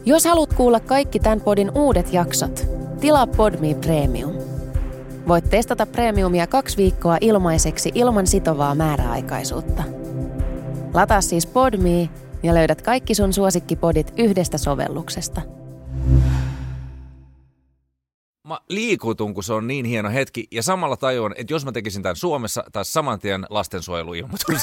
Jos haluat kuulla kaikki tämän podin uudet jaksot, tilaa Podme Premium. Voit testata Premiumia 2 viikkoa ilmaiseksi ilman sitovaa määräaikaisuutta. Lataa siis Podme ja löydät kaikki sun suosikkipodit yhdestä sovelluksesta. Mä liikutun, kun se on niin hieno hetki, ja samalla tajuan, että jos mä tekisin tämän Suomessa, taas saman tien lastensuojeluilmoitus.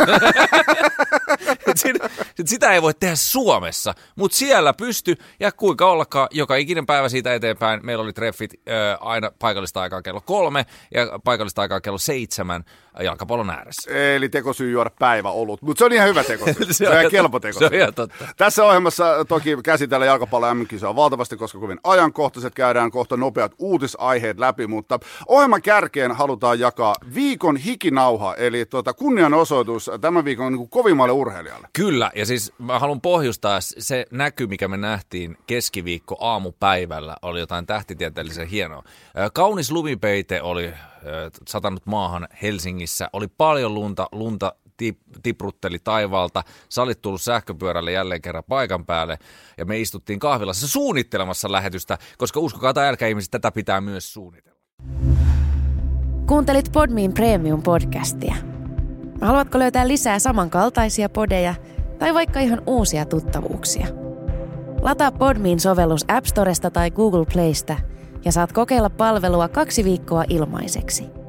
Sitä ei voi tehdä Suomessa, mutta siellä pysty, ja kuinka ollakaan, joka ikinen päivä siitä eteenpäin, meillä oli treffit aina paikallista aikaa kello 3 ja paikallista aikaa kello 7 jalkapallon ääressä. Eli tekosyy juoda päiväolut, mutta se on ihan hyvä tekosyy. Se on ihan kelpo tekosyy. Se on ihan totta. Tässä ohjelmassa toki käsitellään jalkapallon MM-kisoa valtavasti, koska kovin ajankohtaiset käydään kohta nopeat uutisaiheet läpi, mutta ohjelman kärkeen halutaan jakaa viikon hikinauha, eli kunnianosoitus tämän viikon niin kovimmalle urheilijalle. Kyllä, ja siis mä haluan pohjustaa se näky, mikä me nähtiin keskiviikko aamupäivällä, oli jotain tähtitieteellisen hienoa. Kaunis lumipeite oli satanut maahan Helsingissä, oli paljon lunta tiprutteli taivaalta, sä olit tullut sähköpyörälle jälleen kerran paikan päälle, ja me istuttiin kahvilassa suunnittelemassa lähetystä, koska uskokaa tai älkää ihmiset, tätä pitää myös suunnitella. Kuuntelit Podmen Premium-podcastia. Haluatko löytää lisää samankaltaisia podeja tai vaikka ihan uusia tuttavuuksia? Lataa Podmen sovellus App Storesta tai Google Playsta ja saat kokeilla palvelua 2 viikkoa ilmaiseksi.